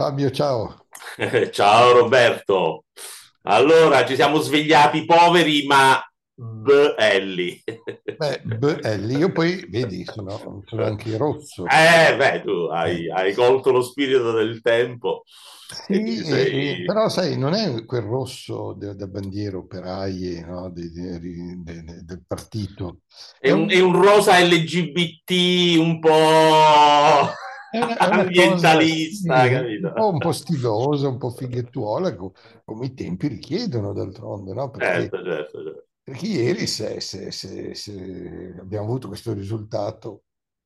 Fabio, ciao. Ciao Roberto. Allora, ci siamo svegliati poveri ma belli. Lì io poi, vedi, sono anche rosso. Beh, tu hai, Eh, hai colto lo spirito del tempo e ti sì, sei... però sai, non è quel rosso da bandiere operaie, no, del partito. È un rosa LGBT un po' È una cosa, ambientalista, sì, capito? un po' stilosa, un po' fighettuola, come i tempi richiedono d'altronde, no? Perché, Certo, certo, certo. perché ieri se abbiamo avuto questo risultato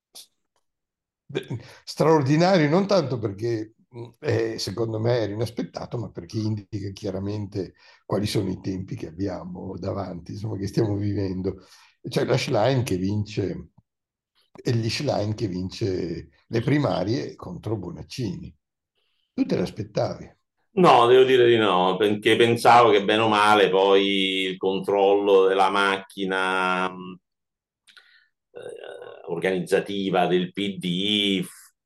straordinario, non tanto perché secondo me era inaspettato, ma perché indica chiaramente quali sono i tempi che abbiamo davanti, insomma, che stiamo vivendo. C'è la Schlein che vince, e gli Schlein che vince le primarie contro Bonaccini. Tu te l'aspettavi? No, devo dire di no, perché pensavo che bene o male poi il controllo della macchina organizzativa del PD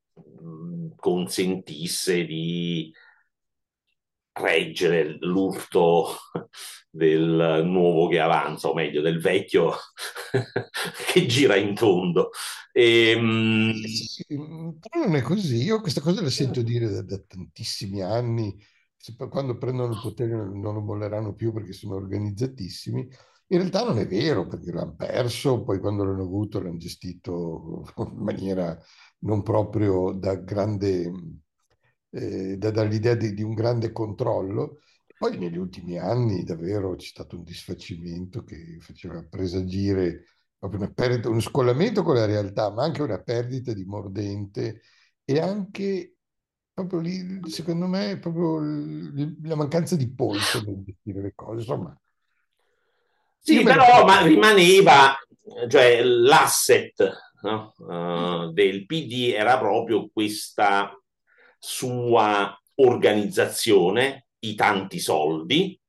consentisse di reggere l'urto del nuovo che avanza, o meglio, del vecchio che gira in tondo. E, Sì, però non è così. Io questa cosa la sento dire da tantissimi anni. Quando prendono il potere non lo molleranno più perché sono organizzatissimi. In realtà non è vero perché l'hanno perso, poi quando l'hanno avuto l'hanno gestito in maniera non proprio da grande, dall'idea di un grande controllo. Poi negli ultimi anni davvero c'è stato un disfacimento che faceva presagire proprio una perdita, uno scollamento con la realtà, ma anche una perdita di mordente e anche proprio lì, secondo me, proprio la mancanza di polso nel gestire le cose. Insomma, io sì, me però ma l'aspetto. rimaneva, cioè l'asset, no? Del PD era proprio questa sua organizzazione, i tanti soldi,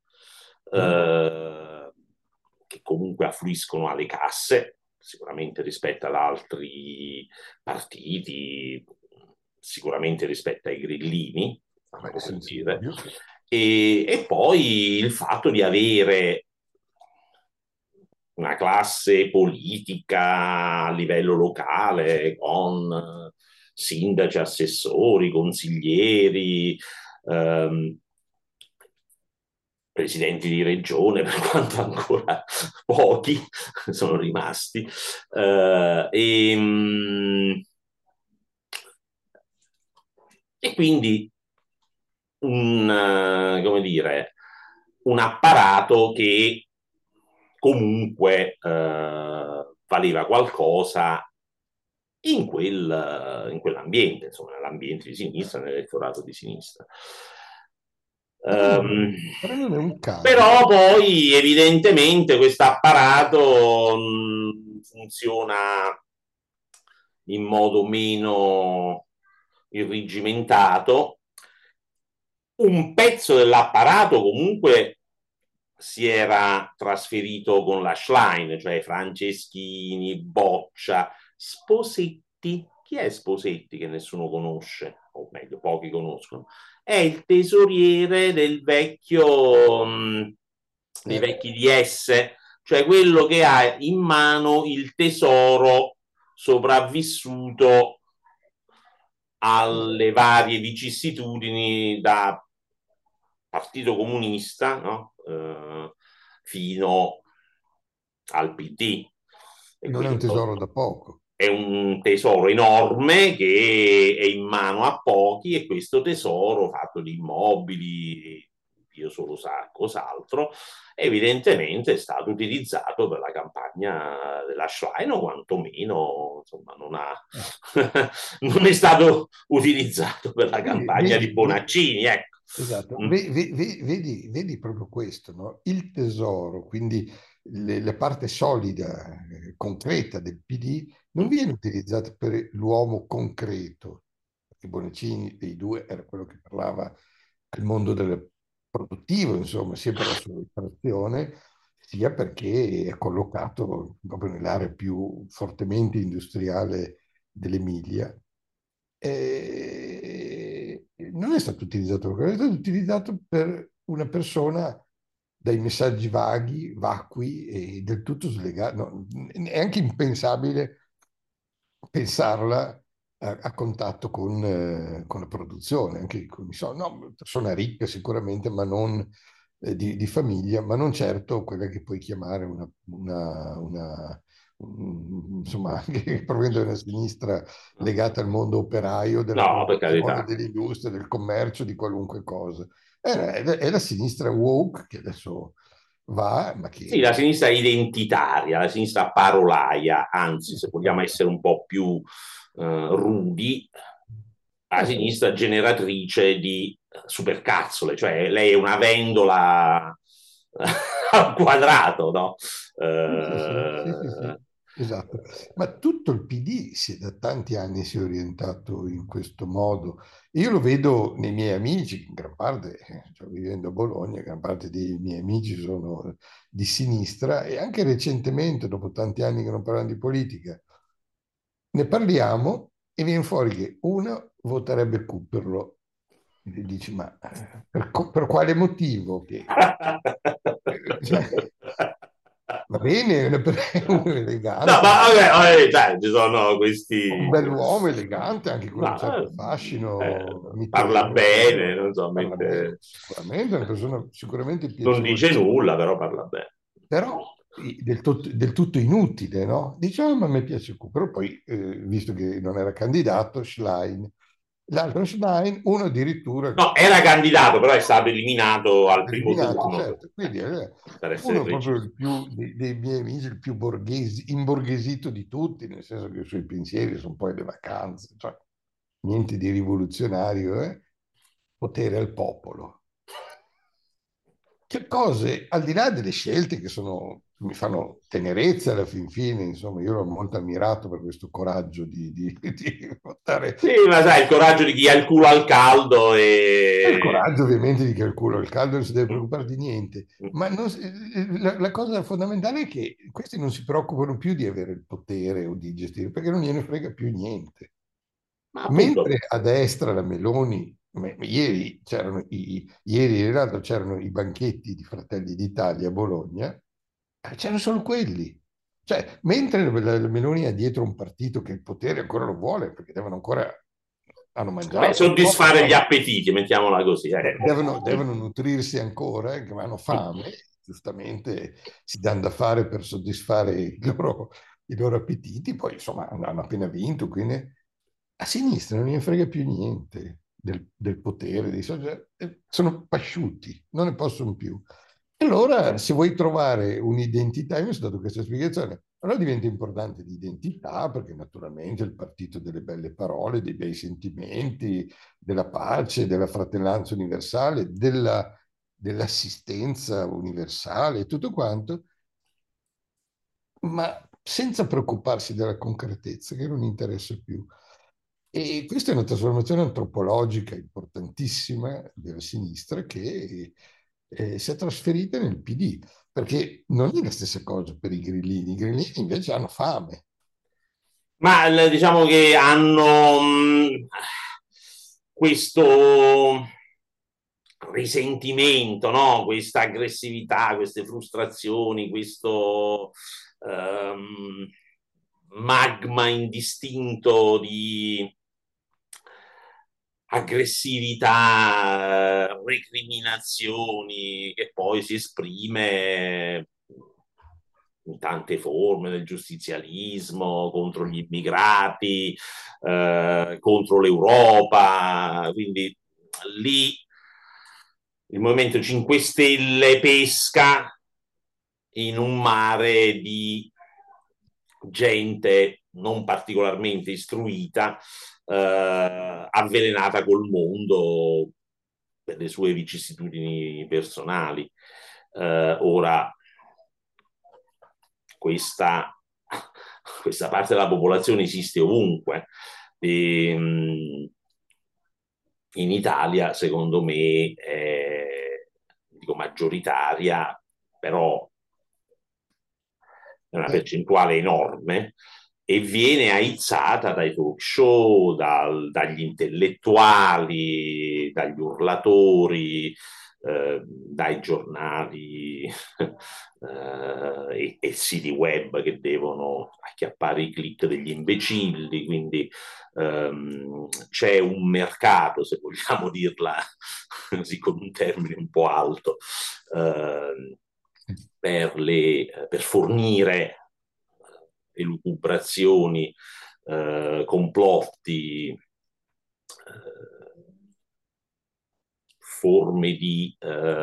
che comunque affluiscono alle casse, sicuramente rispetto ad altri partiti, sicuramente rispetto ai grillini, Beh, per senza dire, dubbio. e poi il fatto di avere una classe politica a livello locale con sindaci, assessori, consiglieri, ehm, presidenti di regione, per quanto ancora pochi sono rimasti. E quindi come dire, un apparato che comunque valeva qualcosa in quell'ambiente, insomma, nell'ambiente di sinistra, nell'elettorato di sinistra. Però non, Ehm, però non è un caso. Però poi evidentemente questo apparato funziona in modo meno irrigimentato. Un pezzo dell'apparato comunque si era trasferito con la Schlein, cioè Franceschini, Boccia, Sposetti. Chi è Sposetti che nessuno conosce, o meglio, pochi conoscono? È il tesoriere del vecchio, dei Eh, vecchi DS, cioè quello che ha in mano il tesoro sopravvissuto alle varie vicissitudini da Partito Comunista, no? Fino al PD. E non è un questo tesoro da poco. è un tesoro enorme che è in mano a pochi e questo tesoro fatto di immobili, Dio solo sa cos'altro, evidentemente è stato utilizzato per la campagna della Schlein o quantomeno insomma, non è stato utilizzato per la Vedi, campagna di vedi, Bonaccini, ecco. esatto, Mm. vedi proprio questo, no? Il tesoro, quindi la parte solida, concreta del PD, non Mm. viene utilizzata per l'uomo concreto, perché Bonaccini dei due era quello che parlava al mondo del produttivo, insomma, sia per la sua estrazione, sia perché è collocato proprio nell'area più fortemente industriale dell'Emilia. non è stato utilizzato per quello, è stato utilizzato per una persona dai messaggi vaghi, vacui e del tutto slegati. No, è anche impensabile pensarla a contatto con la produzione, anche con i soldi. No, persona ricca sicuramente, ma non di famiglia, ma non certo quella che puoi chiamare insomma, che proviene da una sinistra legata al mondo operaio, della No, per produzione, carità. dell'industria, del commercio, di qualunque cosa. È la sinistra woke che adesso va, ma Sì, la che... sinistra identitaria, la sinistra parolaia, anzi, se vogliamo Esattamente. essere un po' più rudi, la Eh, sinistra generatrice di supercazzole, cioè lei è una vendola al quadrato, no? sì, sì, sì, sì, sì, Eh, sì, esatto. Ma tutto il PD da tanti anni si è orientato in questo modo. Io lo vedo nei miei amici, in gran parte, cioè, vivendo a Bologna, gran parte dei miei amici sono di sinistra e anche recentemente, dopo tanti anni che non parliamo di politica, ne parliamo e viene fuori che uno voterebbe Cooperlo. E dici, ma per quale motivo? Cioè, va bene, è uno No, elegante, ma vabbè, cioè, ci sono un questi... bell'uomo elegante, anche con un No, certo fascino parla amichevole, bene, bello, non so, parla bene, mette... sicuramente è una persona sicuramente non dice piacevolissima, nulla, però parla bene. però del tutto inutile, no? Diciamo, ma a me piace Cooper, poi visto che non era candidato, Schlein, l'altro Schlein, uno addirittura No, era candidato, però è stato eliminato al primo eliminato, turno, certo. Quindi per essere uno proprio preciso. il più dei miei amici, il più imborghesito di tutti, nel senso che i suoi pensieri sono poi le vacanze, cioè niente di rivoluzionario, eh? Potere al popolo. Che cose, al di là delle scelte che sono, mi fanno tenerezza alla fin fine, insomma, io l'ho molto ammirato per questo coraggio di votare. Sì, ma sai, il coraggio di chi ha il culo al caldo E il e... coraggio ovviamente di chi ha il culo al caldo non si deve preoccupare di niente, ma la cosa fondamentale è che questi non si preoccupano più di avere il potere o di gestire, perché non gliene frega più niente. Ma Mentre appunto, a destra la Meloni, ieri ieri e l'altro c'erano i banchetti di Fratelli d'Italia a Bologna, c'erano solo quelli. Cioè, mentre la Meloni ha dietro un partito che il potere ancora lo vuole, perché devono ancora, hanno beh, mangiato, soddisfare gli appetiti, mettiamola così. devono nutrirsi ancora, che hanno fame, giustamente si danno da fare per soddisfare i loro appetiti, poi insomma hanno appena vinto, quindi a sinistra non ne frega più niente del potere, dei social, sono pasciuti, non ne possono più. E allora, se vuoi trovare un'identità, io mi sono dato questa spiegazione, allora diventa importante l'identità, perché naturalmente è il partito delle belle parole, dei bei sentimenti, della pace, della fratellanza universale, dell'assistenza universale, tutto quanto, ma senza preoccuparsi della concretezza, che non interessa più. E questa è una trasformazione antropologica importantissima della sinistra che si è trasferita nel PD, perché non è la stessa cosa per i grillini invece hanno fame. Ma diciamo che hanno questo risentimento, no? Questa aggressività, queste frustrazioni, questo magma indistinto di aggressività, recriminazioni che poi si esprime in tante forme del giustizialismo contro gli immigrati, contro l'Europa, quindi lì il Movimento 5 Stelle pesca in un mare di gente non particolarmente istruita, avvelenata col mondo per le sue vicissitudini personali. Ora, questa, questa parte della popolazione esiste ovunque. E, in Italia, secondo me, dico maggioritaria, però è una Eh, percentuale enorme e viene aizzata dai talk show, dagli intellettuali, dagli urlatori, dai giornali e siti web che devono acchiappare i click degli imbecilli, quindi c'è un mercato, se vogliamo dirla così con un termine un po' alto, per fornire elucubrazioni, complotti, forme di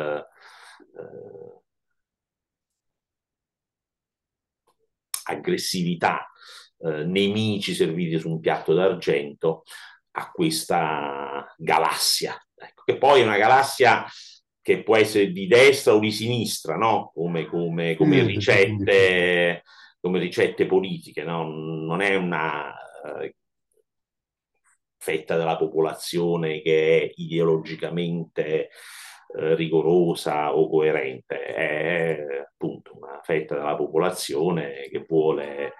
aggressività, nemici serviti su un piatto d'argento a questa galassia. Ecco, che poi è una galassia che può essere di destra o di sinistra, no? Come ricette politiche, no? Non è una fetta della popolazione che è ideologicamente rigorosa o coerente, è appunto una fetta della popolazione che vuole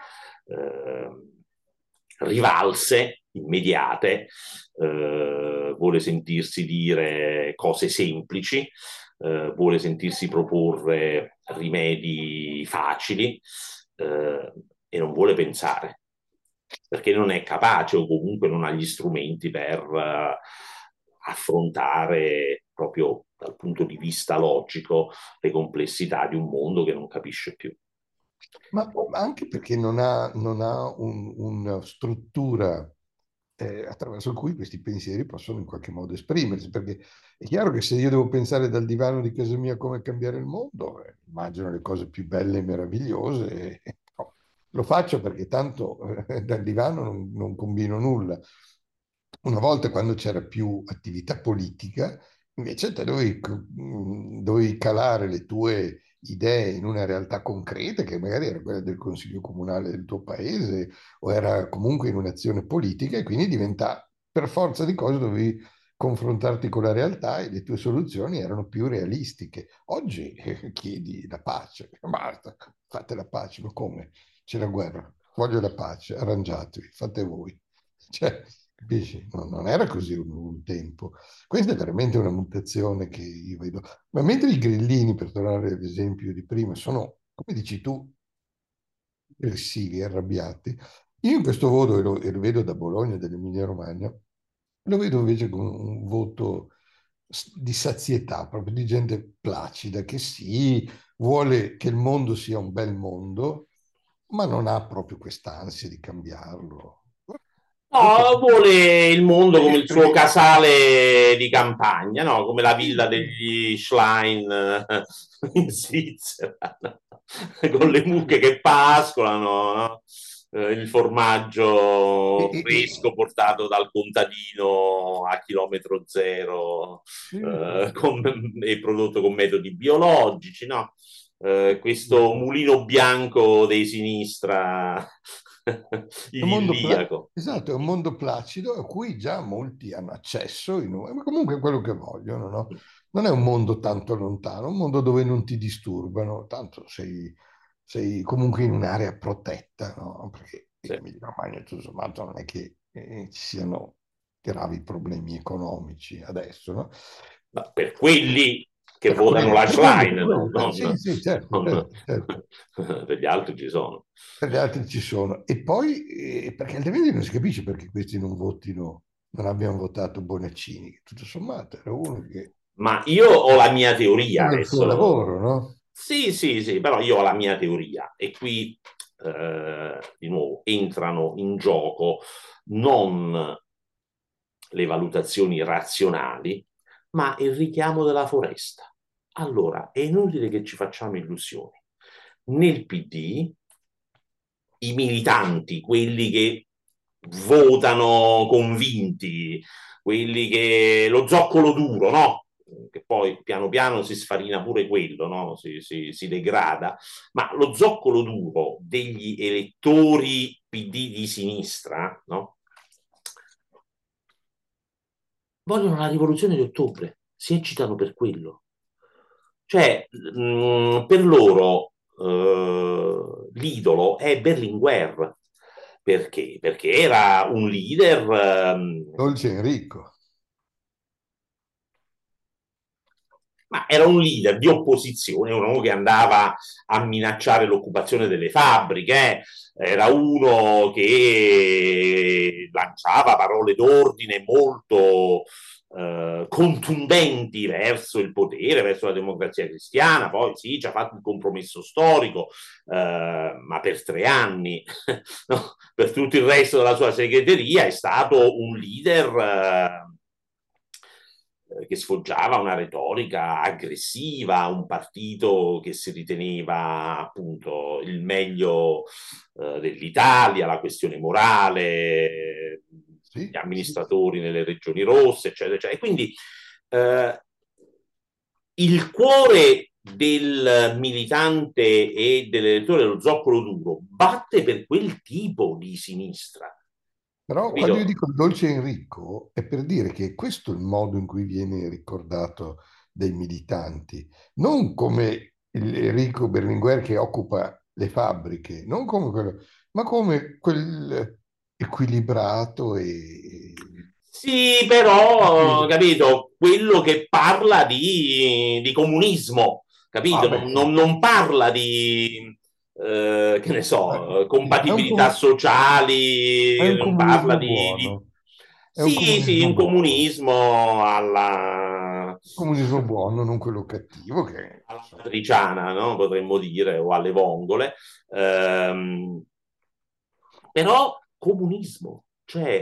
rivalse immediate, vuole sentirsi dire cose semplici, vuole sentirsi proporre rimedi facili e non vuole pensare perché non è capace o comunque non ha gli strumenti per affrontare proprio dal punto di vista logico le complessità di un mondo che non capisce più. Ma anche perché non ha una struttura attraverso cui questi pensieri possono in qualche modo esprimersi, perché è chiaro che se io devo pensare dal divano di casa mia come cambiare il mondo, immagino le cose più belle e meravigliose, no, lo faccio perché tanto dal divano non combino nulla. Una volta quando c'era più attività politica, invece te dovevi calare le tue idee in una realtà concreta che magari era quella del consiglio comunale del tuo paese o era comunque in un'azione politica e quindi diventa per forza di cose dovevi confrontarti con la realtà e le tue soluzioni erano più realistiche. Oggi chiedi la pace, basta, fate la pace, ma come? C'è la guerra, voglio la pace, arrangiatevi, fate voi. Cioè, capisci? Non era così un tempo. Questa è veramente una mutazione che io vedo. Ma mentre i grillini, per tornare all'esempio di prima, sono, come dici tu, aggressivi, arrabbiati, io in questo voto, e lo vedo da Bologna, dall'Emilia Romagna, lo vedo invece con un voto di sazietà, proprio di gente placida, che sì, vuole che il mondo sia un bel mondo, ma non ha proprio quest'ansia di cambiarlo. Dopo, No, vuole il mondo come il suo perché casale di campagna, no? Come la sì, villa sì, degli Schlein in Svizzera, no? Con sì, le mucche sì. che pascolano, no? Il E, formaggio e- fresco portato dal contadino a chilometro zero, sì, e prodotto con metodi biologici, no? sì, Questo sì. mulino bianco dei sinistra È un mondo idilliaco. esatto, è un mondo placido a cui già molti hanno accesso, ma comunque è quello che vogliono, no? Non è un mondo tanto lontano, è un mondo dove non ti disturbano, tanto sei comunque in un'area protetta, no? Perché in Sì. Emilia Romagna, tutto sommato, non è che ci siano gravi problemi economici adesso, no? Ma per quelli che Per votano quelli, la per quelli, Schlein, per no? quelli. Sì, sì, certo, certo, certo. Per gli altri ci sono. Per gli altri ci sono. E poi, perché altrimenti non si capisce perché questi non votino, non abbiano votato Bonaccini, che tutto sommato era uno che Ma io ho la mia teoria faceva il suo adesso. lavoro, no? Sì, sì, sì, però io ho la mia teoria e qui di nuovo entrano in gioco non le valutazioni razionali, ma il richiamo della foresta. Allora, è inutile che ci facciamo illusioni. Nel PD i militanti, quelli che votano convinti, quelli che lo zoccolo duro, no? Che poi piano piano si sfarina pure quello, no? Si degrada, ma lo zoccolo duro degli elettori PD di sinistra, no? Vogliono la rivoluzione di ottobre, si eccitano per quello. Cioè, per loro l'idolo è Berlinguer, Perché? Perché era un leader, Dolce Enrico. ma era un leader di opposizione, uno che andava a minacciare l'occupazione delle fabbriche, era uno che lanciava parole d'ordine molto contundenti verso il potere, verso la democrazia cristiana. Poi sì, ci ha fatto un compromesso storico, ma per 3 anni. No? Per tutto il resto della sua segreteria è stato un leader che sfoggiava una retorica aggressiva, un partito che si riteneva appunto il meglio dell'Italia, la questione morale, gli Sì, sì, sì. amministratori nelle regioni rosse, eccetera, eccetera. E quindi eh, il cuore del militante e dell'elettore dello zoccolo duro batte per quel tipo di sinistra, Però quando io capito? dico il dolce Enrico è per dire che questo è il modo in cui viene ricordato dai militanti, non come il Enrico Berlinguer che occupa le fabbriche, non come quello, ma come quel equilibrato e... Sì, però, capito, quello che parla di comunismo, Ah, capito? beh, Non parla di, che ne so, sì, compatibilità è sociali, un non parla comunismo di... buono, è un Sì, sì, comunismo un buono, comunismo alla comunismo buono, non quello cattivo che... alla insomma, matriciana, no? Potremmo dire, o alle vongole. Ehm, Però comunismo, cioè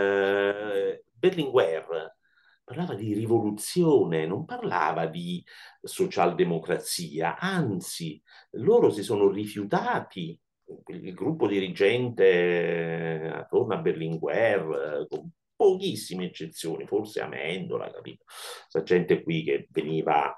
Berlinguer parlava di rivoluzione, non parlava di socialdemocrazia, anzi, loro si sono rifiutati, il gruppo dirigente attorno a Berlinguer, con pochissime eccezioni, forse Amendola, capito? Questa gente qui che veniva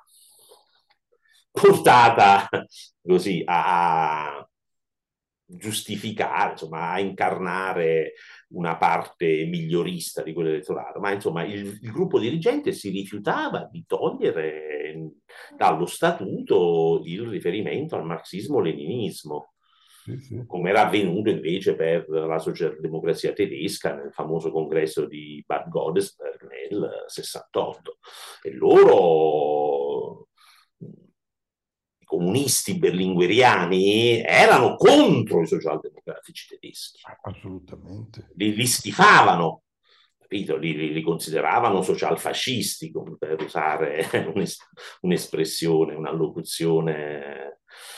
portata così a giustificare, insomma, a incarnare una parte migliorista di quell'elettorato, ma insomma il gruppo dirigente si rifiutava di togliere dallo statuto il riferimento al marxismo-leninismo, sì, sì. come era avvenuto invece per la socialdemocrazia tedesca nel famoso congresso di Bad Godesberg nel 68. E loro i comunisti berlingueriani erano contro i socialdemocratici tedeschi, Assolutamente. li stifavano, capito? Li consideravano socialfascisti, per usare un'espressione, un'allocuzione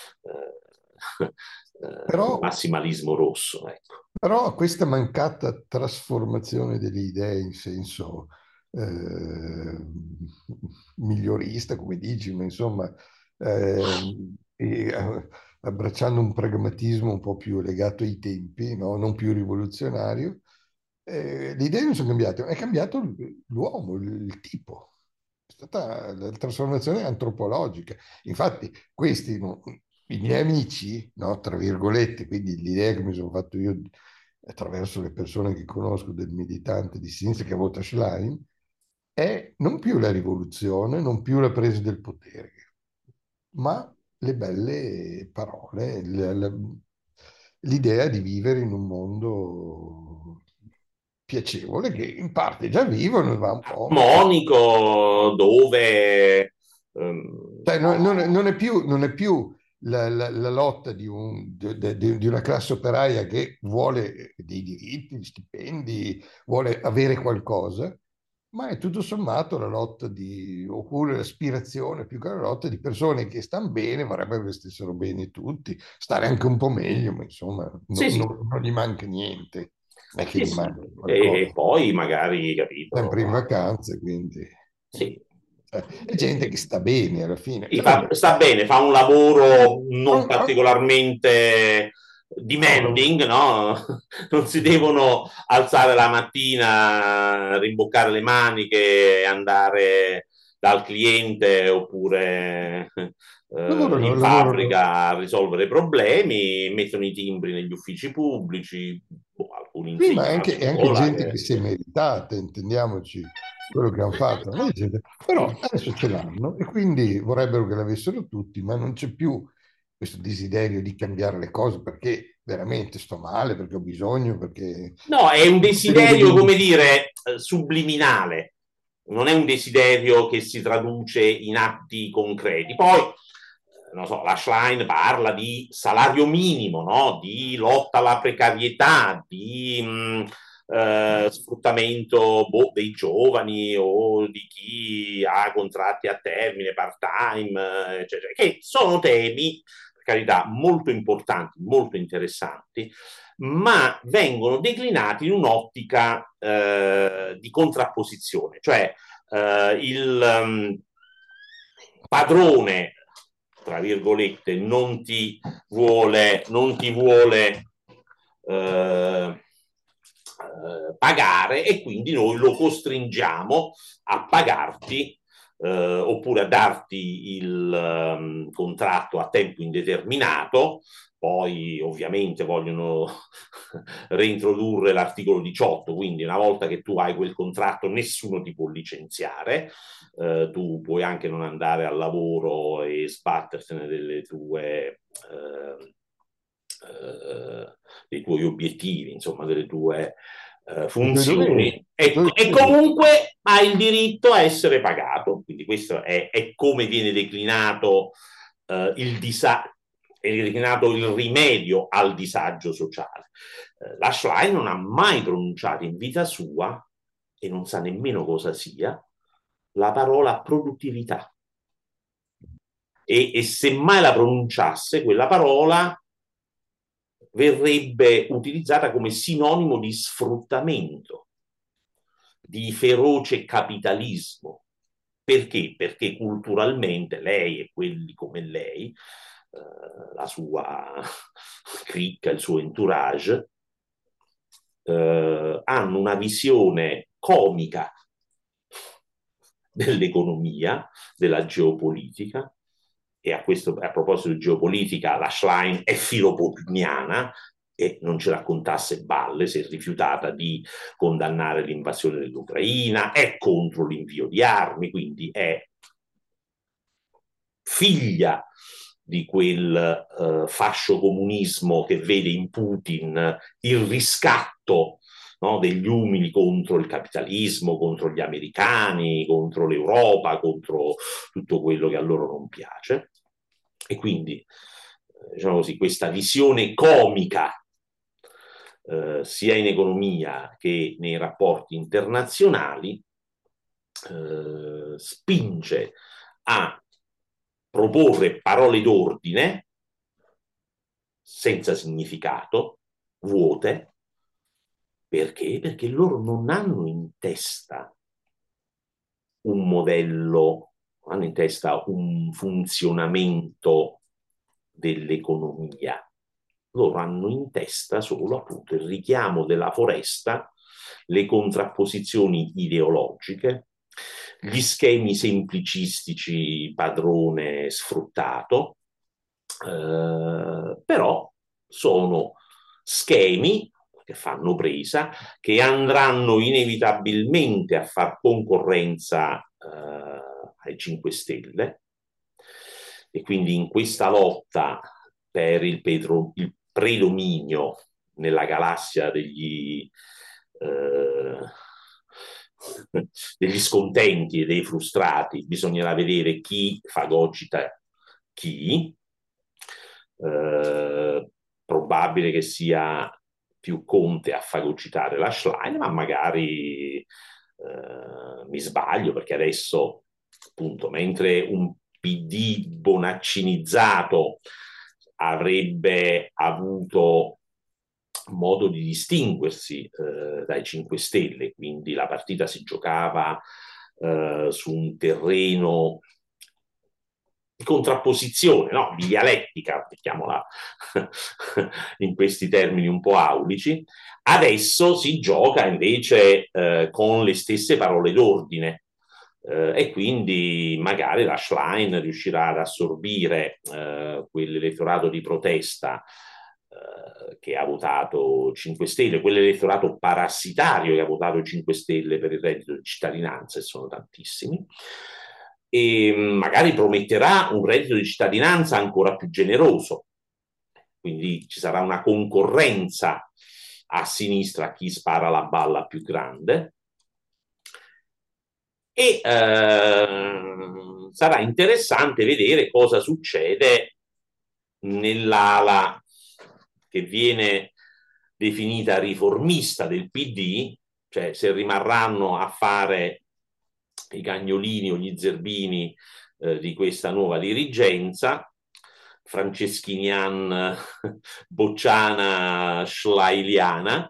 Però, del massimalismo rosso. Ecco. però questa mancata trasformazione delle idee in senso eh, migliorista, come dici, ma insomma, e, abbracciando un pragmatismo un po' più legato ai tempi, no? Non più rivoluzionario, le idee non sono cambiate, è cambiato l'uomo, il tipo. È stata la trasformazione antropologica. Infatti, questi, no, i miei amici, no, tra virgolette, quindi l'idea che mi sono fatto io attraverso le persone che conosco del militante di sinistra che vota Schlein, è non più la rivoluzione, non più la presa del potere, ma le belle parole, l'idea di vivere in un mondo piacevole che in parte già vivono e va un po'. Armonico, dove Cioè, non è più la lotta di una classe operaia che vuole dei diritti, stipendi, vuole avere qualcosa, ma è tutto sommato la lotta oppure l'aspirazione più che la lotta di persone che stanno bene, vorrebbero che stessero bene tutti, stare anche un po' meglio, ma insomma sì, sì, non gli manca niente, non è che sì, gli sì. manca E qualcosa, poi magari, capito, sempre in vacanze, quindi sì, è gente che sta bene alla fine. sì, sta bene, fa un lavoro non Ah, particolarmente ah, demanding, no? Non si devono alzare la mattina, rimboccare le maniche e andare dal cliente oppure in lavorano. fabbrica a risolvere problemi, mettono i timbri negli uffici pubblici, alcuni Sì, ma insegnano a è anche scuola. gente che si è meritata, intendiamoci quello che hanno fatto. Non è gente- Però adesso ce l'hanno e quindi vorrebbero che l'avessero tutti, ma non c'è più questo desiderio di cambiare le cose perché veramente sto male perché ho bisogno, perché No, è un una serie desiderio, di... come dire, subliminale, non è un desiderio che si traduce in atti concreti. Poi, non so, la Schlein parla di salario minimo, no? Di lotta alla precarietà, di sfruttamento dei giovani o di chi ha contratti a termine, part-time, eccetera, che sono temi, per carità, molto importanti, molto interessanti, ma vengono declinati in un'ottica di contrapposizione, cioè padrone, tra virgolette, non ti vuole pagare e quindi noi lo costringiamo a pagarti oppure a darti il contratto a tempo indeterminato. Poi ovviamente vogliono reintrodurre l'articolo 18, quindi una volta che tu hai quel contratto nessuno ti può licenziare, tu puoi anche non andare al lavoro e sbattertene dei tuoi obiettivi, insomma, delle tue i tuoi doveri, funzioni i tuoi e doveri. comunque hai il diritto a essere pagato. Quindi questo è come viene declinato è declinato il rimedio al disagio sociale. La Schlein non ha mai pronunciato in vita sua, e non sa nemmeno cosa sia, la parola produttività. E se mai la pronunciasse, quella parola verrebbe utilizzata come sinonimo di sfruttamento, di feroce capitalismo. Perché? Perché culturalmente lei e quelli come lei, la sua cricca, il suo entourage, hanno una visione comica dell'economia, della geopolitica, e a proposito di geopolitica, la Schlein è filopopiniana e non ci raccontasse balle, si è rifiutata di condannare l'invasione dell'Ucraina, è contro l'invio di armi, quindi è figlia di quel fascio comunismo che vede in Putin il riscatto, no, degli umili contro il capitalismo, contro gli americani, contro l'Europa, contro tutto quello che a loro non piace. E quindi, diciamo così, questa visione comica sia in economia che nei rapporti internazionali spinge a proporre parole d'ordine senza significato, vuote. Perché? Perché loro non hanno in testa un modello, hanno in testa un funzionamento dell'economia. Loro hanno in testa solo appunto il richiamo della foresta, le contrapposizioni ideologiche, gli schemi semplicistici padrone sfruttato, però sono schemi che fanno presa, che andranno inevitabilmente a far concorrenza ai 5 Stelle, e quindi in questa lotta per il predominio nella galassia degli scontenti e dei frustrati bisognerà vedere chi fagocita chi. Probabile che sia più Conte a fagocitare la Schlein, ma magari mi sbaglio, perché adesso appunto mentre un PD bonaccinizzato avrebbe avuto modo di distinguersi dai 5 Stelle, quindi la partita si giocava su un terreno di contrapposizione, no? Di dialettica, mettiamola in questi termini un po' aulici. Adesso si gioca invece con le stesse parole d'ordine, e quindi magari la Schlein riuscirà ad assorbire quell'elettorato di protesta che ha votato 5 Stelle, quell'elettorato parassitario che ha votato 5 Stelle per il reddito di cittadinanza, e sono tantissimi, e magari prometterà un reddito di cittadinanza ancora più generoso. quindi ci sarà una concorrenza a sinistra a chi spara la balla più grande. E sarà interessante vedere cosa succede nell'ala che viene definita riformista del PD, cioè se rimarranno a fare i cagnolini o gli zerbini di questa nuova dirigenza, franceschinian, bocciana, schleiliana,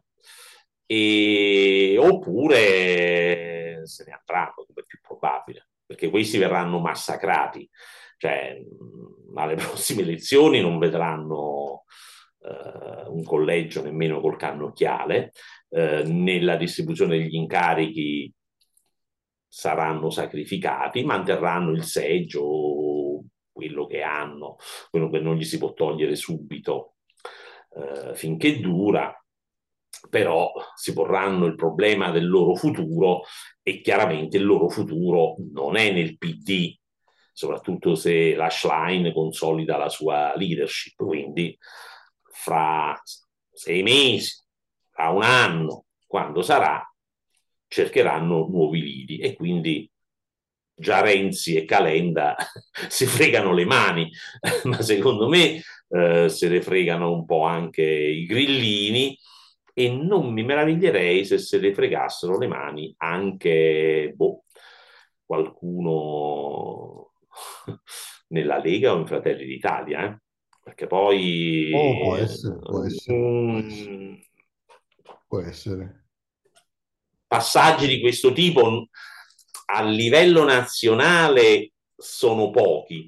oppure se ne andranno, come è più probabile, perché questi verranno massacrati. Cioè, alle prossime elezioni non vedranno un collegio nemmeno col cannocchiale, nella distribuzione degli incarichi saranno sacrificati, manterranno il seggio, quello che hanno, quello che non gli si può togliere subito finché dura, però si porranno il problema del loro futuro e chiaramente il loro futuro non è nel PD, soprattutto se la Schlein consolida la sua leadership, quindi fra 6 mesi, fra un anno, quando sarà, cercheranno nuovi lidi e quindi già Renzi e Calenda si fregano le mani, ma secondo me se ne fregano un po' anche i grillini e non mi meraviglierei se ne fregassero le mani anche qualcuno nella Lega o in Fratelli d'Italia, perché Oh, poi può essere, può essere, può essere, può essere. passaggi di questo tipo a livello nazionale sono pochi.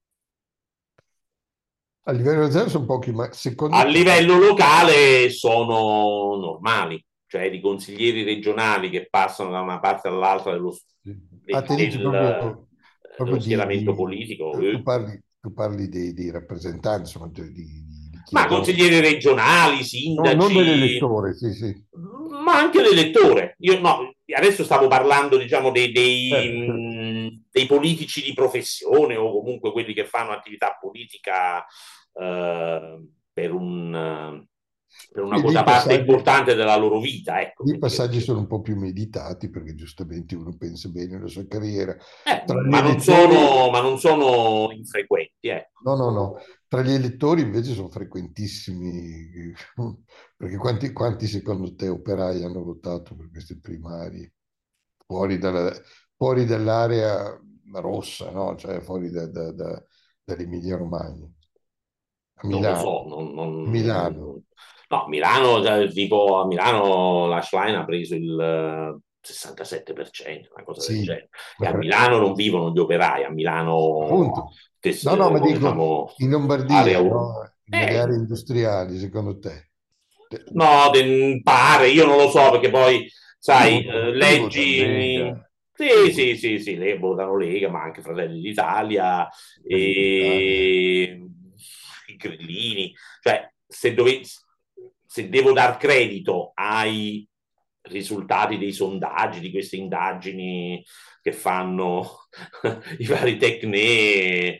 A livello zero sono pochi, ma A secondo te, livello locale sono normali, cioè di consiglieri regionali che passano da una parte all'altra te dici proprio dello schieramento politico. tu parli dei rappresentanti, insomma, di chi Ma vota. consiglieri regionali, No, non sindaci, dell'elettore, sì, sì. ma anche l'elettore. Io no, adesso stavo parlando, diciamo, Certo. dei politici di professione o comunque quelli che fanno attività politica per per una E lì quota parte importante della loro vita, ecco. i passaggi sono un po' più meditati perché giustamente uno pensa bene alla sua carriera. Tra gli elettori, Ma non sono infrequenti, ecco. no, no, no, tra gli elettori invece sono frequentissimi, perché quanti secondo te operai hanno votato per queste primarie? Fuori fuori dall'area rossa, no? Cioè fuori dall'Emilia Romagna. A Non lo Milano. so, Milano. no, Milano, cioè, tipo a Milano la Schlein ha preso il 67%, una cosa del Sì, genere. E a Milano non vivono gli operai, a Milano, appunto. No, no, ma dico diciamo, in area Lombardia, 1. no? Nelle aree industriali, secondo te? No, pare, io non lo so perché poi, sai, Quelli votano leggi. Lega. Quelli Sì, sì, votano sì, sì, le votano Lega, ma anche Fratelli d'Italia Fratelli d'Italia. e i grillini. Cioè, se devo dar credito ai risultati dei sondaggi, di queste indagini che fanno i vari Tecne,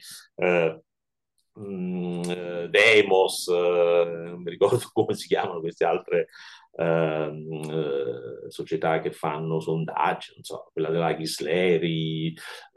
Demos, non mi ricordo come si chiamano queste altre società che fanno sondaggi, non so, quella della Ghisleri,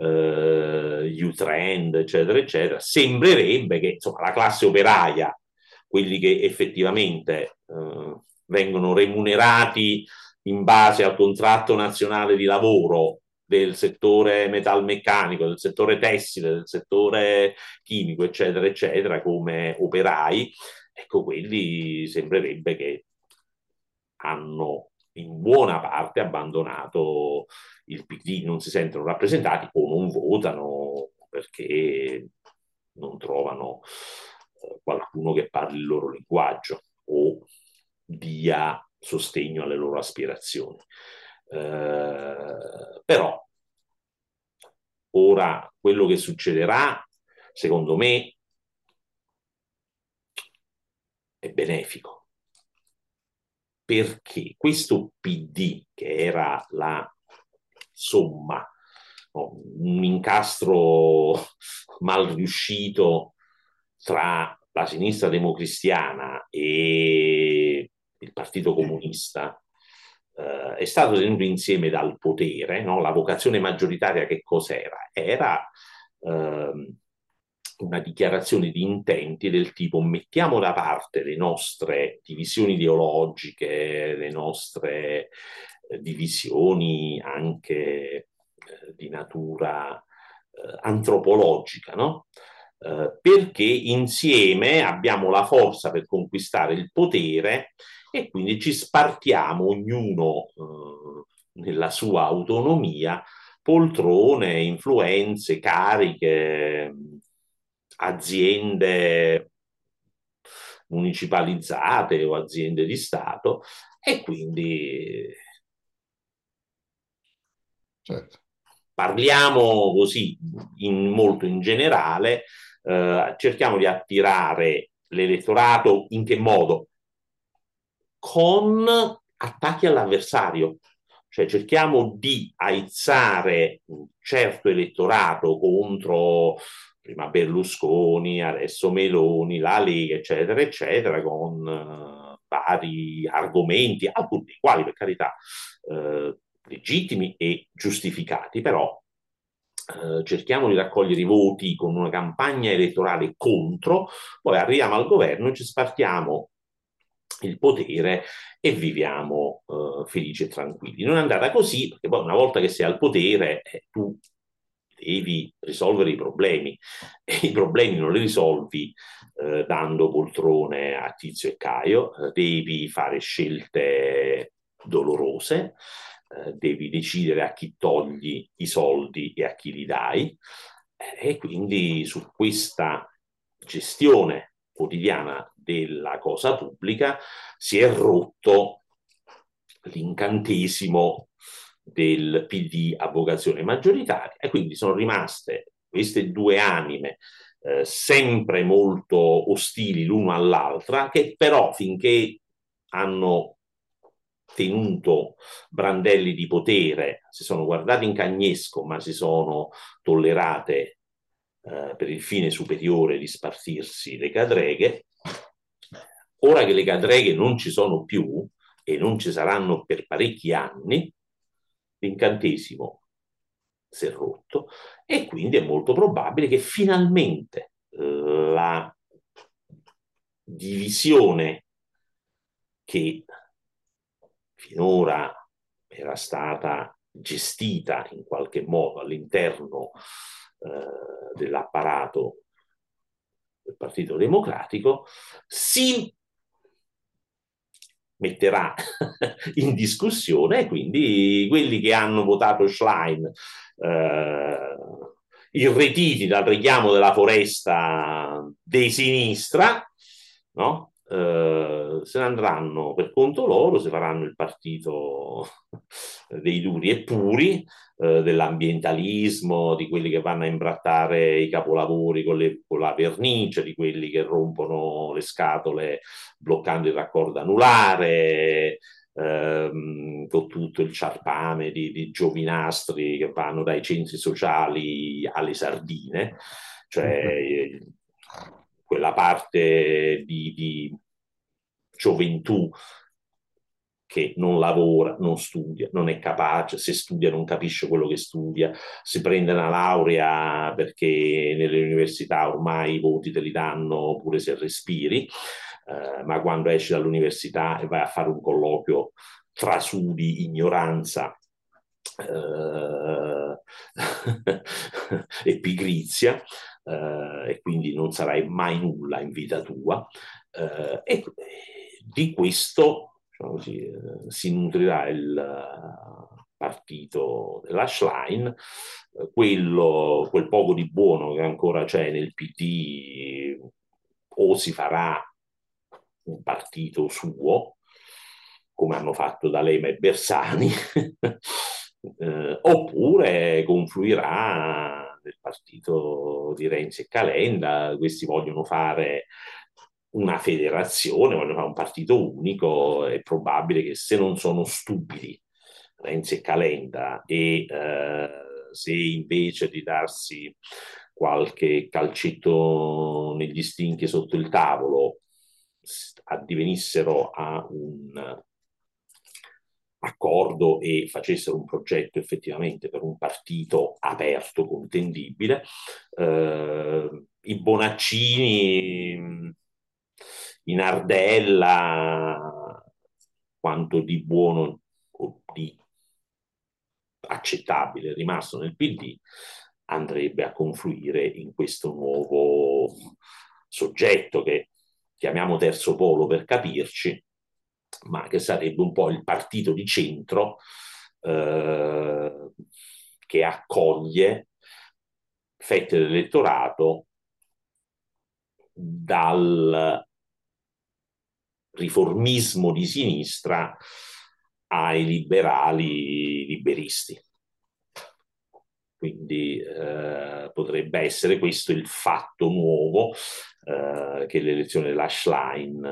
Utrend, eccetera, eccetera, sembrerebbe che insomma, la classe operaia, quelli che effettivamente vengono remunerati in base al contratto nazionale di lavoro del settore metalmeccanico, del settore tessile, del settore chimico, eccetera, eccetera, come operai, ecco, quelli sembrerebbe che hanno in buona parte abbandonato il PD, non si sentono rappresentati o non votano perché non trovano qualcuno che parli il loro linguaggio o dia sostegno alle loro aspirazioni. Però ora quello che succederà, secondo me, è benefico, perché questo PD, che era la somma, no, un incastro mal riuscito tra la sinistra democristiana e il Partito Comunista è stato tenuto insieme dal potere, no? La vocazione maggioritaria che cos'era? Era una dichiarazione di intenti del tipo mettiamo da parte le nostre divisioni ideologiche, le nostre divisioni anche di natura antropologica, no? Perché insieme abbiamo la forza per conquistare il potere e quindi ci spartiamo ognuno nella sua autonomia poltrone, influenze, cariche, aziende municipalizzate o aziende di Stato e quindi certo. parliamo così molto in generale, cerchiamo di attirare l'elettorato in che modo? Con attacchi all'avversario, cioè cerchiamo di aizzare un certo elettorato contro prima Berlusconi, adesso Meloni, la Lega, eccetera, eccetera, con vari argomenti, alcuni dei quali per carità legittimi e giustificati, però cerchiamo di raccogliere i voti con una campagna elettorale contro, poi arriviamo al governo e ci spartiamo il potere e viviamo felici e tranquilli. Non è andata così, perché poi una volta che sei al potere tu devi risolvere i problemi e i problemi non li risolvi dando poltrone a Tizio e Caio, devi fare scelte dolorose, devi decidere a chi togli i soldi e a chi li dai e quindi su questa gestione quotidiana della cosa pubblica si è rotto l'incantesimo del PD a vocazione maggioritaria e quindi sono rimaste queste due anime sempre molto ostili l'una all'altra, che però finché hanno tenuto brandelli di potere, si sono guardate in cagnesco, ma si sono tollerate per il fine superiore di spartirsi le cadreghe. Ora che le cadreghe non ci sono più e non ci saranno per parecchi anni, l'incantesimo si è rotto e quindi è molto probabile che finalmente la divisione che finora era stata gestita in qualche modo all'interno dell'apparato del Partito Democratico si metterà in discussione e quindi quelli che hanno votato Schlein irretiti dal richiamo della foresta di sinistra, no? Se ne andranno per conto loro, si faranno il partito dei duri e puri, dell'ambientalismo, di quelli che vanno a imbrattare i capolavori con la vernice, di quelli che rompono le scatole bloccando il raccordo anulare, con tutto il ciarpame di giovinastri che vanno dai centri sociali alle sardine, cioè quella parte di gioventù che non lavora, non studia, non è capace, se studia non capisce quello che studia, si prende una laurea perché nelle università ormai i voti te li danno pure se respiri, ma quando esci dall'università e vai a fare un colloquio trasudi ignoranza e pigrizia, e quindi non sarai mai nulla in vita tua. E di questo diciamo così, si nutrirà il partito della Schlein, quel poco di buono che ancora c'è nel PD o si farà un partito suo, come hanno fatto D'Alema e Bersani, oppure confluirà nel partito di Renzi e Calenda. Questi vogliono fare una federazione, vogliono fare un partito unico. È probabile che se non sono stupidi Renzi e Calenda e se invece di darsi qualche calcetto negli stinchi sotto il tavolo, addivenissero a un accordo e facessero un progetto effettivamente per un partito aperto, contendibile, i Bonaccini in Ardella, quanto di buono o di accettabile è rimasto nel PD, andrebbe a confluire in questo nuovo soggetto che chiamiamo terzo polo per capirci, ma che sarebbe un po' il partito di centro che accoglie fette dell'elettorato dal riformismo di sinistra ai liberali liberisti. Quindi potrebbe essere questo il fatto nuovo che l'elezione della Schlein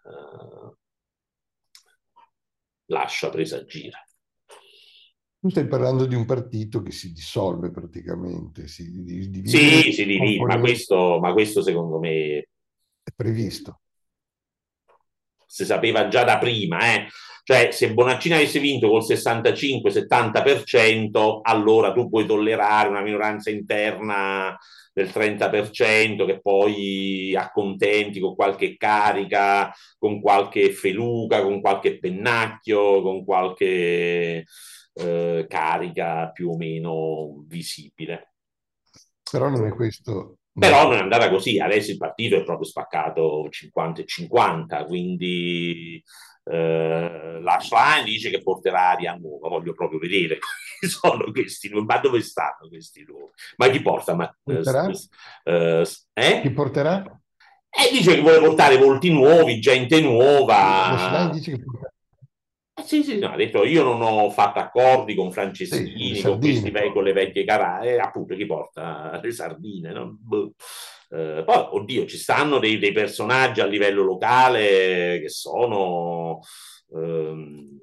lascia presagire. Tu stai parlando di un partito che si dissolve praticamente, si divide Sì, si in divide, componenti, ma questo secondo me è previsto. si sapeva già da prima, eh. Cioè, se Bonaccini avesse vinto col 65-70%, allora tu puoi tollerare una minoranza interna del 30% che poi accontenti con qualche carica, con qualche feluca, con qualche pennacchio, con qualche carica più o meno visibile. Però non è questo, non è Però non è questo. andata così, adesso il partito è proprio spaccato 50 e 50, quindi la Schlein dice che porterà aria nuova, voglio proprio vedere chi sono questi nuovi, ma dove stanno questi nuovi? Ma chi porta? Porterà? Chi Eh? porterà? E dice che vuole portare volti nuovi, gente La Schlein nuova. dice che porterà. Sì, sì, no, ha detto io non ho fatto accordi con Sì, le Franceschini, con questi sardine. con le vecchie carane, appunto chi porta le sardine, no? Boh. Poi, oddio, ci stanno dei personaggi a livello locale che sono ehm,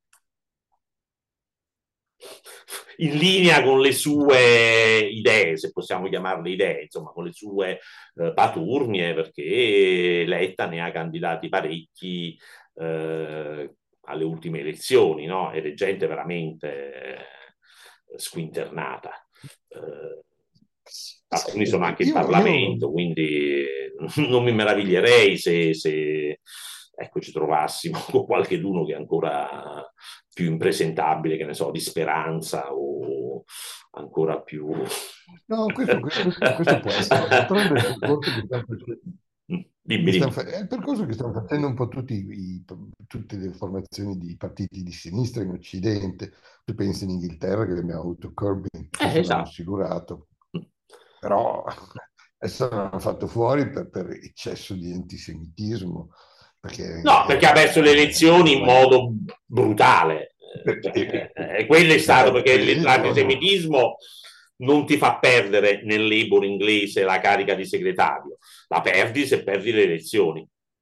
in linea con le sue idee, se possiamo chiamarle idee, insomma, con le sue paturnie, perché Letta ne ha candidati parecchi alle ultime elezioni, no? Ed è gente veramente squinternata. Eh, Alcuni sono Senti, anche in io Parlamento, quindi non mi meraviglierei se ecco, ci trovassimo con qualcheduno che è ancora più impresentabile, che ne so, di Speranza o ancora più... no, questo può essere. D'altronde il percorso Dimmi, dimmi. è il percorso che stanno facendo un po' tutte le formazioni di partiti di sinistra in Occidente. Tu pensi in Inghilterra che abbiamo avuto Corbyn, adesso l'hanno Esatto. sciagurato, però adesso l'hanno fatto fuori per eccesso di antisemitismo, No, perché ha perso le elezioni in modo brutale. Quello è ha stato perso perché le elezioni. l'antisemitismo non ti fa perdere nel labor inglese la carica di segretario, la perdi se perdi le elezioni.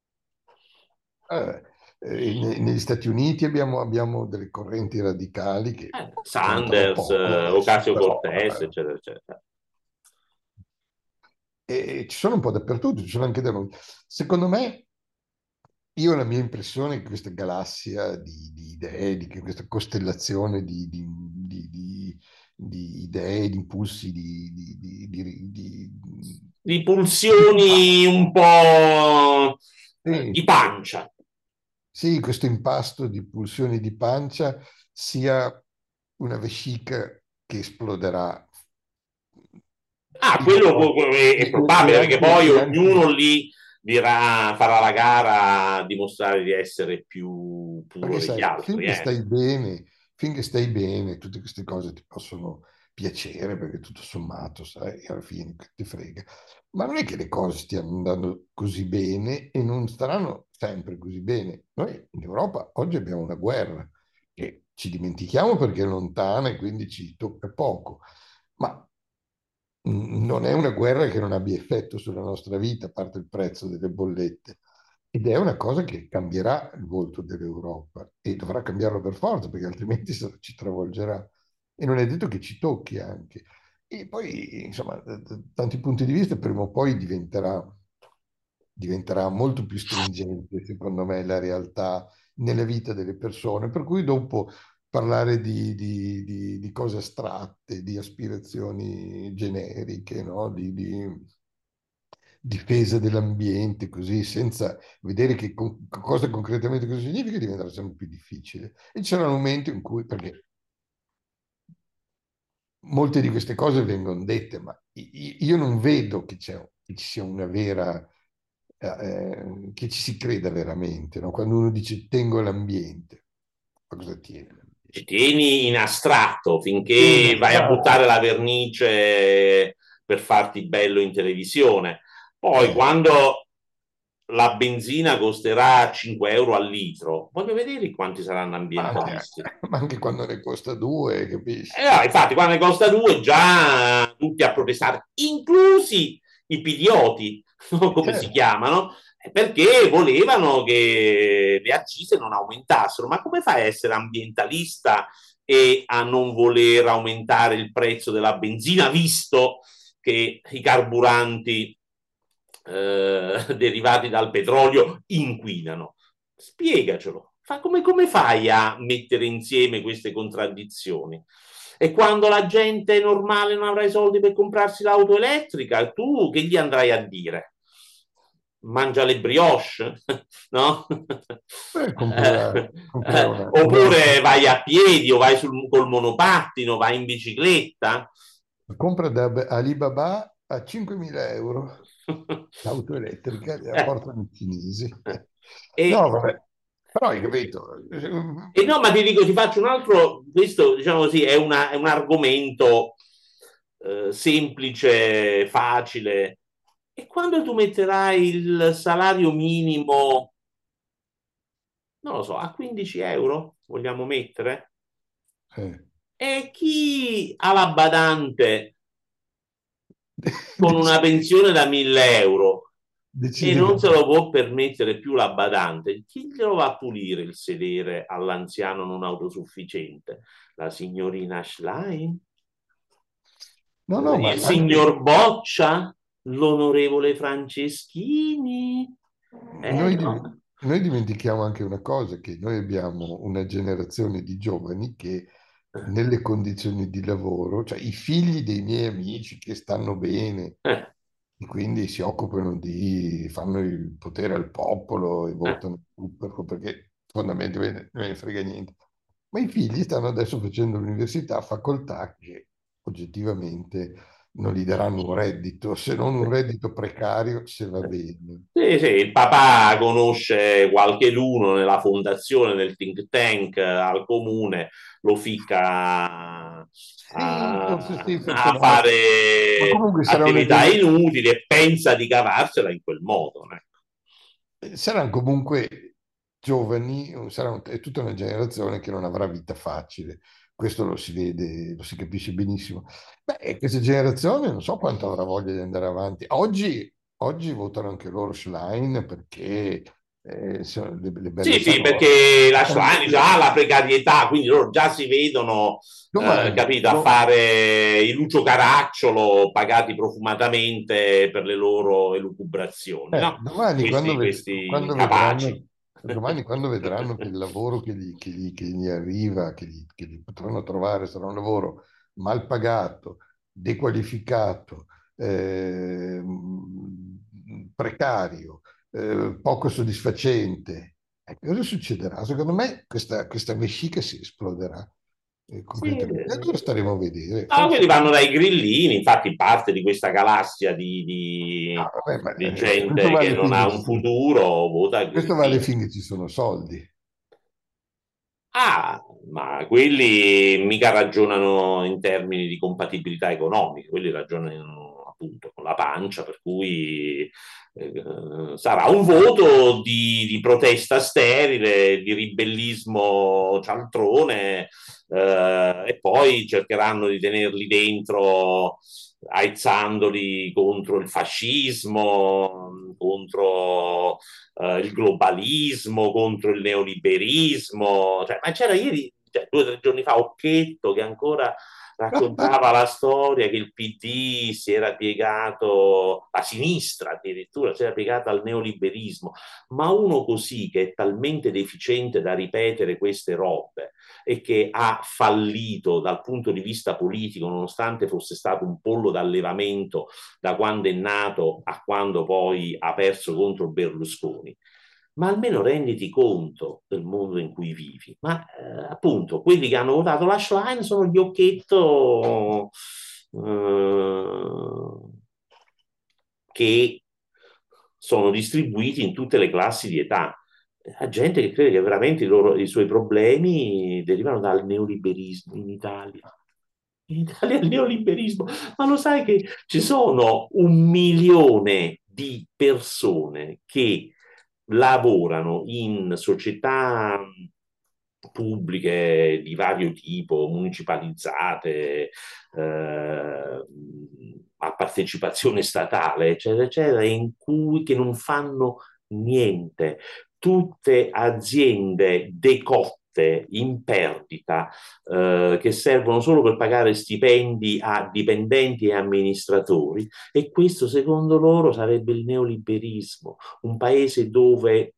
Negli Stati Uniti abbiamo delle correnti radicali che contano Sanders, poco adesso, però Ocasio-Cortez, eccetera, eccetera. ci sono un po' dappertutto, ci sono anche da noi. Secondo me, io ho la mia impressione che questa galassia di idee, che questa costellazione di idee, di impulsi, Di di- pulsioni un po' sì, di pancia. sì, questo impasto di pulsioni di pancia sia una vescica che esploderà Ah, prima o poi. è probabile perché poi E anche, ognuno lì farà la gara a dimostrare di essere più puro perché degli sai, altri. finché stai bene, tutte queste cose ti possono piacere perché tutto sommato, sai, alla fine che ti frega. Ma non è che le cose stiano andando così bene e non staranno sempre così bene. Noi in Europa oggi abbiamo una guerra che ci dimentichiamo perché è lontana e quindi ci tocca poco, ma non è una guerra che non abbia effetto sulla nostra vita, a parte il prezzo delle bollette. Ed è una cosa che cambierà il volto dell'Europa e dovrà cambiarlo per forza, perché altrimenti ci travolgerà. E non è detto che ci tocchi anche. E poi, insomma, da tanti punti di vista, prima o poi diventerà molto più stringente, secondo me, la realtà nella vita delle persone, per cui dopo parlare di cose astratte, di aspirazioni generiche, no? Di difesa dell'ambiente, così, senza vedere cosa concretamente cosa significa, diventerà sempre più difficile. E c'era un momento in cui, perché molte di queste cose vengono dette, ma io non vedo che ci sia una vera, che ci si creda veramente, no? Quando uno dice tengo l'ambiente, ma cosa tiene Ci l'ambiente? tieni in astratto In finché vai a astratto. buttare la vernice per farti bello in televisione. Poi Eh, quando la benzina costerà 5 euro al litro, voglio vedere quanti saranno ma anche, ambientalisti. ma anche quando ne costa due, capisci? No, infatti, quando ne costa due, già tutti a protestare, inclusi i pidioti, come si Certo. chiamano, perché volevano che le accise non aumentassero. Ma come fai a essere ambientalista e a non voler aumentare il prezzo della benzina, visto che i carburanti derivati dal petrolio inquinano? Spiegacelo. Come fai a mettere insieme queste contraddizioni? E quando la gente normale non avrà i soldi per comprarsi l'auto elettrica, tu che gli andrai a dire? Mangia le brioche, no? Comprerà Oppure vai a piedi o vai col monopattino, vai in bicicletta. compra da Alibaba a 5.000 euro l'auto elettrica, la Eh, portano i cinesi. e, No, vabbè, però hai capito. E no, ma ti dico, ti faccio un altro, questo diciamo così, è un argomento semplice, facile. E quando tu metterai il salario minimo, non lo so, a 15 euro, vogliamo mettere? Eh, E chi ha la badante con una decide, pensione da 1000 euro e decide non che se lo può permettere più la badante, chi glielo va a pulire il sedere all'anziano non autosufficiente? La signorina Schlein? no, no, ma Il anche signor Boccia? L'onorevole Franceschini? noi, No? noi dimentichiamo anche una cosa, che noi abbiamo una generazione di giovani che nelle condizioni di lavoro, cioè i figli dei miei amici che stanno bene Eh, e quindi si occupano fanno il potere al popolo e eh. votano perché fondamentalmente non ne frega niente. Ma i figli stanno adesso facendo l'università, facoltà che oggettivamente non gli daranno un reddito, se non un reddito precario, se va bene. Sì, sì, il papà conosce qualche l'uno nella fondazione, nel think tank, al comune, lo ficca Sì, forse sì, forse a no, ma fare comunque attività inutili e pensa di cavarsela in quel modo. Ecco. saranno comunque giovani, è tutta una generazione che non avrà vita facile. Questo lo si vede, lo si capisce benissimo. Beh, questa generazione non so quanto avrà voglia di andare avanti. Oggi votano anche loro Schlein perché sono le belle Sì, sì, parole. perché la Schlein già ha la precarietà, quindi loro già si vedono, Domani, capito, a fare i Lucio Caracciolo pagati profumatamente per le loro elucubrazioni, no? domani Questi capaci. domani quando vedranno che il lavoro che gli arriva, che gli potranno trovare, sarà un lavoro mal pagato, dequalificato, precario, poco soddisfacente, cosa succederà? Secondo me questa vescica si esploderà Sì. completamente. E allora staremo a vedere. No, quelli vanno dai grillini, infatti parte di questa galassia Ah, vabbè, ma, di questo gente che vale non ha finché un futuro, vota questo vale grillini. finché ci sono soldi. Ah, ma quelli mica ragionano in termini di compatibilità economica, quelli ragionano appunto con la pancia, per cui sarà un voto di protesta sterile, di ribellismo cialtrone, e poi cercheranno di tenerli dentro aizzandoli contro il fascismo, contro il globalismo, contro il neoliberismo. Cioè, ma c'era ieri, cioè, 2 o 3 giorni fa, Occhetto che ancora raccontava la storia che il PD si era piegato, la sinistra addirittura si era piegata al neoliberismo, ma uno così che è talmente deficiente da ripetere queste robe e che ha fallito dal punto di vista politico, nonostante fosse stato un pollo d'allevamento da quando è nato a quando poi ha perso contro Berlusconi, ma almeno renditi conto del mondo in cui vivi. Ma appunto, quelli che hanno votato la Schlein sono gli occhetto che sono distribuiti in tutte le classi di età. La gente che crede che veramente i suoi problemi derivano dal neoliberismo in Italia. In Italia il neoliberismo, ma lo sai che ci sono 1 milione di persone che lavorano in società pubbliche di vario tipo, municipalizzate, a partecipazione statale, eccetera, eccetera, in cui che non fanno niente. Tutte aziende decotte, in perdita, che servono solo per pagare stipendi a dipendenti e amministratori, e questo secondo loro sarebbe il neoliberismo, un paese dove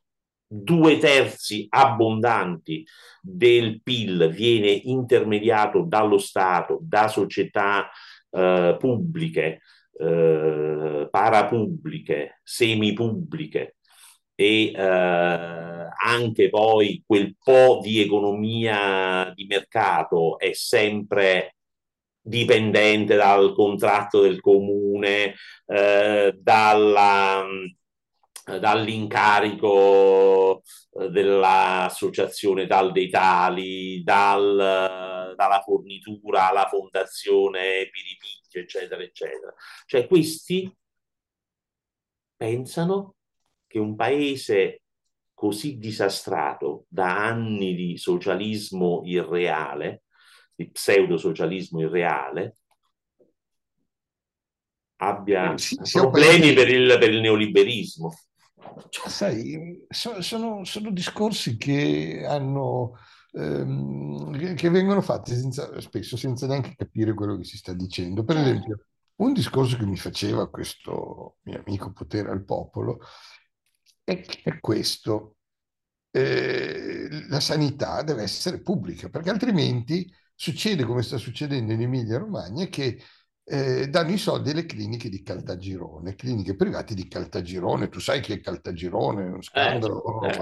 2/3 abbondanti del PIL viene intermediato dallo Stato, da società pubbliche, parapubbliche, semipubbliche, e anche poi quel po' di economia di mercato è sempre dipendente dal contratto del comune, dall'incarico dell'associazione tal dei tali, dalla fornitura alla fondazione Piripicchio, eccetera, eccetera. Cioè questi pensano che un paese così disastrato da anni di socialismo irreale, di pseudosocialismo irreale, abbia sia un problemi paese. per il neoliberismo. Sai, sono discorsi che hanno, che vengono fatti spesso senza neanche capire quello che si sta dicendo. Per Certo. esempio, un discorso che mi faceva questo mio amico Potere al Popolo è questo. La sanità deve essere pubblica, perché altrimenti succede come sta succedendo in Emilia-Romagna, che danno i soldi alle cliniche di Caltagirone, cliniche private di Caltagirone. Tu sai che è Caltagirone, è uno scandalo.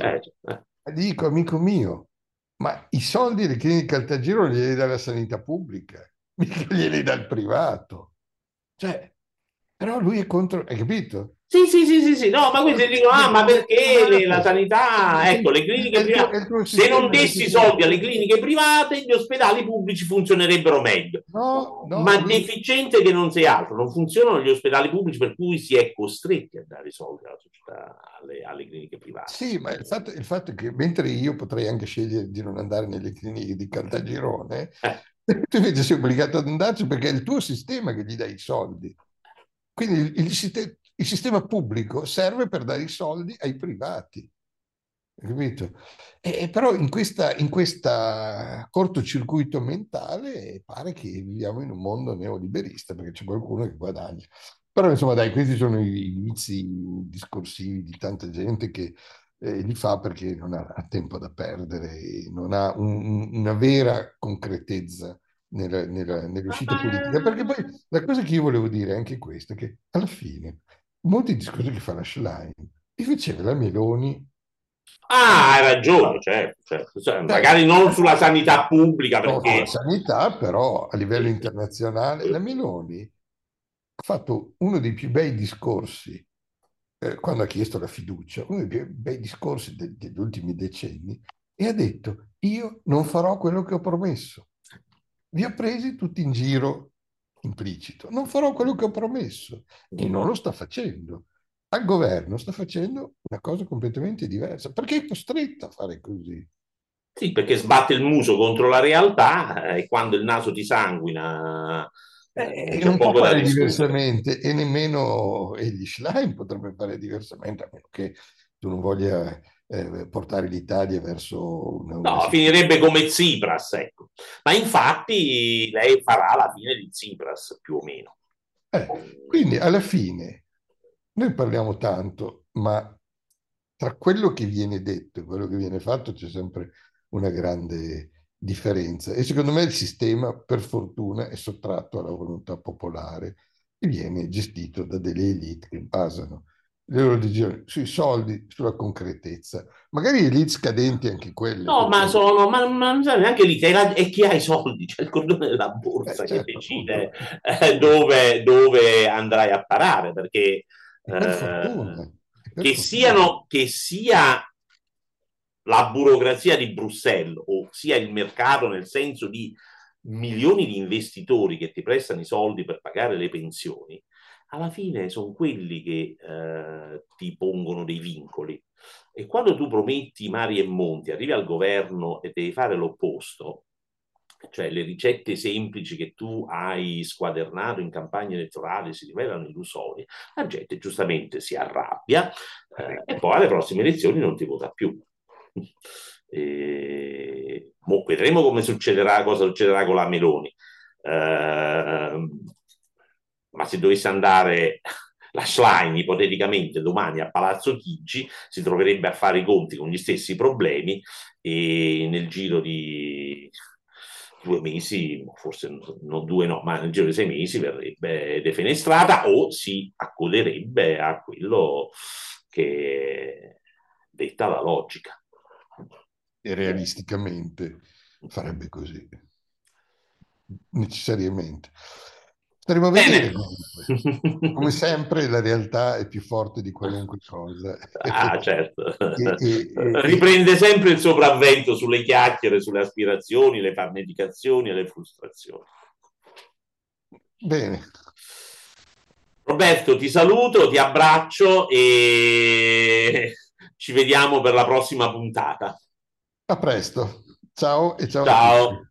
Dico, amico mio, ma i soldi delle cliniche di Caltagirone glieli dà la sanità pubblica, mica glieli dà il privato. Cioè, però lui è contro, hai capito? Sì, sì, sì, sì, sì, no, ma questi dicono, ah, ma Del perché la privato. sanità, ecco, le È cliniche è private, il tuo se non sistema di dessi soldi alle assistenza. cliniche private, gli ospedali pubblici funzionerebbero meglio. No, no, Ma lui. deficiente che non sei altro, non funzionano gli ospedali pubblici, per cui si è costretti a dare i soldi alla società, alle cliniche private. Sì, ma il fatto è che mentre io potrei anche scegliere di non andare nelle cliniche di Caltagirone, Eh, tu invece sei obbligato ad andarci perché è il tuo sistema che gli dà i soldi. Quindi il sistema pubblico serve per dare i soldi ai privati, hai capito? Però in questa cortocircuito mentale pare che viviamo in un mondo neoliberista perché c'è qualcuno che guadagna. Però insomma dai, questi sono i vizi discorsivi di tanta gente che li fa perché non ha tempo da perdere, e non ha una vera concretezza nell'uscita politica. Perché poi la cosa che io volevo dire è anche questa, che alla fine molti discorsi che fa la Schlein li faceva la Meloni. Ah, hai ragione, certo, certo. Cioè, Cioè, magari non sulla sanità pubblica no, perché... sulla sanità, però a livello Sì, sì. internazionale, la Meloni ha fatto uno dei più bei discorsi quando ha chiesto la fiducia, uno dei più bei discorsi degli ultimi decenni, e ha detto: io non farò quello che ho promesso. Vi ho presi tutti in giro implicito. Non farò quello che ho promesso e non lo sta facendo. Al governo sta facendo una cosa completamente diversa perché è costretto a fare così. Sì, perché sbatte il muso contro la realtà e quando il naso ti sanguina E c'è non può poco da fare discutere. diversamente e nemmeno Elly Schlein potrebbe fare diversamente, a meno che tu non voglia portare l'Italia verso una No, situazione. finirebbe come Tsipras, ecco. Ma infatti lei farà la fine di Tsipras, più o meno. Quindi alla fine noi parliamo tanto, ma tra quello che viene detto e quello che viene fatto c'è sempre una grande differenza. E secondo me il sistema, per fortuna, è sottratto alla volontà popolare e viene gestito da delle elite che basano le loro decisioni sui soldi, sulla concretezza. Magari elite scadenti anche quelle, No, ma perché sono, ma non sai neanche lì, e chi ha i soldi, c'è il cordone della borsa che certo, decide appunto, appunto. dove andrai a parare, perché E per eh, fortuna, e per fortuna. che sia la burocrazia di Bruxelles o sia il mercato nel senso di milioni di investitori che ti prestano i soldi per pagare le pensioni, alla fine sono quelli che ti pongono dei vincoli. E quando tu prometti mari e monti, arrivi al governo e devi fare l'opposto, cioè le ricette semplici che tu hai squadernato in campagna elettorale si rivelano illusorie, la gente giustamente si arrabbia e poi alle prossime elezioni non ti vota più. Vedremo come succederà, cosa succederà con la Meloni. Eh, ma se dovesse andare la Schlein ipoteticamente domani a Palazzo Chigi si troverebbe a fare i conti con gli stessi problemi e nel giro di 2 mesi, forse non due no, ma nel giro di 6 mesi verrebbe defenestrata o si accoderebbe a quello che detta la logica. E realisticamente farebbe così, necessariamente. Staremo a Bene. vedere comunque. Come sempre la realtà è più forte di qualunque cosa. Ah, certo. E Riprende sempre il sopravvento sulle chiacchiere, sulle aspirazioni, le farneticazioni e le frustrazioni. bene, Roberto, ti saluto, ti abbraccio e ci vediamo per la prossima puntata. a presto. Ciao e ciao a tutti. Ciao.